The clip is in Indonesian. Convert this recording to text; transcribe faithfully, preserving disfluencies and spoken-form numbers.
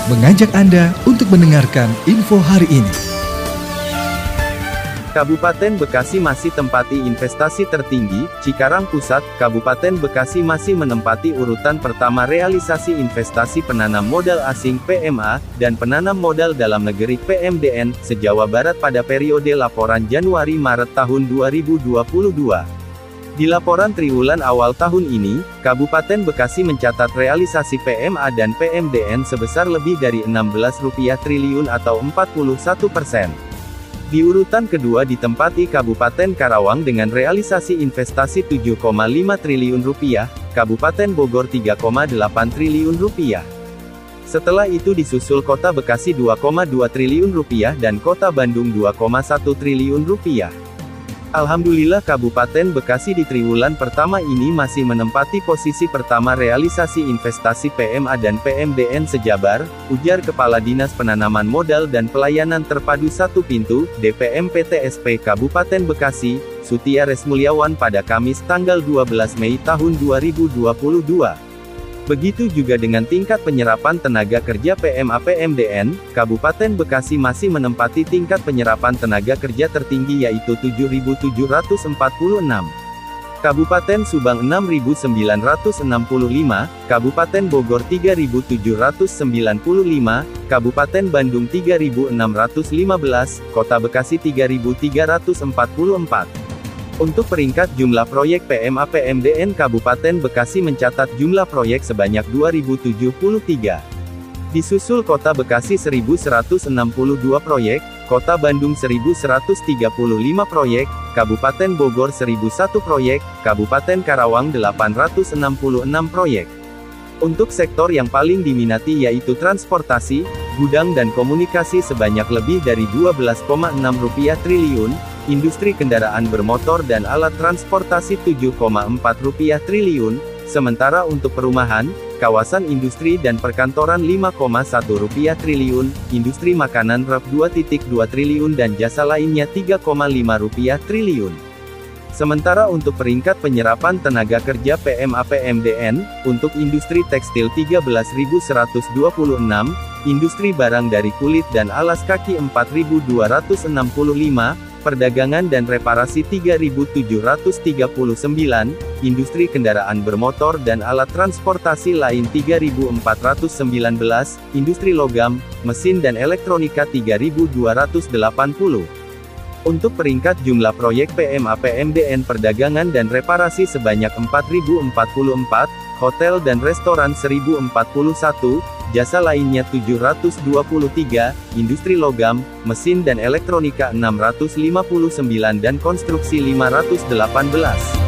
mengajak Anda untuk mendengarkan info hari ini. Kabupaten Bekasi masih tempati investasi tertinggi. Cikarang Pusat, Kabupaten Bekasi masih menempati urutan pertama realisasi investasi penanam modal asing P M A, dan penanam modal dalam negeri P M D N, se-Jawa Barat pada periode laporan Januari-Maret tahun dua ribu dua puluh dua. Di laporan triwulan awal tahun ini, Kabupaten Bekasi mencatat realisasi P M A dan P M D N sebesar lebih dari enam belas triliun rupiah atau empat puluh satu persen. Di urutan kedua ditempati Kabupaten Karawang dengan realisasi investasi tujuh koma lima triliun rupiah, Kabupaten Bogor tiga koma delapan triliun rupiah. Setelah itu disusul Kota Bekasi dua koma dua triliun rupiah dan Kota Bandung dua koma satu triliun rupiah. Alhamdulillah Kabupaten Bekasi di triwulan pertama ini masih menempati posisi pertama realisasi investasi P M A dan P M D N se-Jabar, ujar Kepala Dinas Penanaman Modal dan Pelayanan Terpadu Satu Pintu, D P M P T S P Kabupaten Bekasi, Sutia Resmulyawan pada Kamis tanggal dua belas Mei tahun dua ribu dua puluh dua. Begitu juga dengan tingkat penyerapan tenaga kerja P M A P M D N, Kabupaten Bekasi masih menempati tingkat penyerapan tenaga kerja tertinggi yaitu tujuh ribu tujuh ratus empat puluh enam. Kabupaten Subang enam ribu sembilan ratus enam puluh lima, Kabupaten Bogor tiga ribu tujuh ratus sembilan puluh lima, Kabupaten Bandung tiga ribu enam ratus lima belas, Kota Bekasi tiga ribu tiga ratus empat puluh empat. Untuk peringkat jumlah proyek P M A P M D N, Kabupaten Bekasi mencatat jumlah proyek sebanyak dua ribu tujuh puluh tiga. Disusul Kota Bekasi seribu seratus enam puluh dua proyek, Kota Bandung seribu seratus tiga puluh lima proyek, Kabupaten Bogor seribu satu proyek, Kabupaten Karawang delapan ratus enam puluh enam proyek. Untuk sektor yang paling diminati yaitu transportasi, gudang dan komunikasi sebanyak lebih dari dua belas koma enam triliun rupiah, industri kendaraan bermotor dan alat transportasi tujuh koma empat triliun rupiah, sementara untuk perumahan, kawasan industri dan perkantoran lima koma satu triliun rupiah, industri makanan R E P dua koma dua triliun dan jasa lainnya tiga koma lima triliun rupiah. Sementara untuk peringkat penyerapan tenaga kerja P M A P M D N, untuk industri tekstil tiga belas ribu seratus dua puluh enam, industri barang dari kulit dan alas kaki empat ribu dua ratus enam puluh lima, perdagangan dan reparasi tiga ribu tujuh ratus tiga puluh sembilan, industri kendaraan bermotor dan alat transportasi lain tiga ribu empat ratus sembilan belas, industri logam, mesin dan elektronika tiga ribu dua ratus delapan puluh. Untuk peringkat jumlah proyek P M A P M D N perdagangan dan reparasi sebanyak empat ribu empat puluh empat, hotel dan restoran seribu empat puluh satu, jasa lainnya tujuh ratus dua puluh tiga, industri logam, mesin dan elektronika enam ratus lima puluh sembilan dan konstruksi lima ratus delapan belas.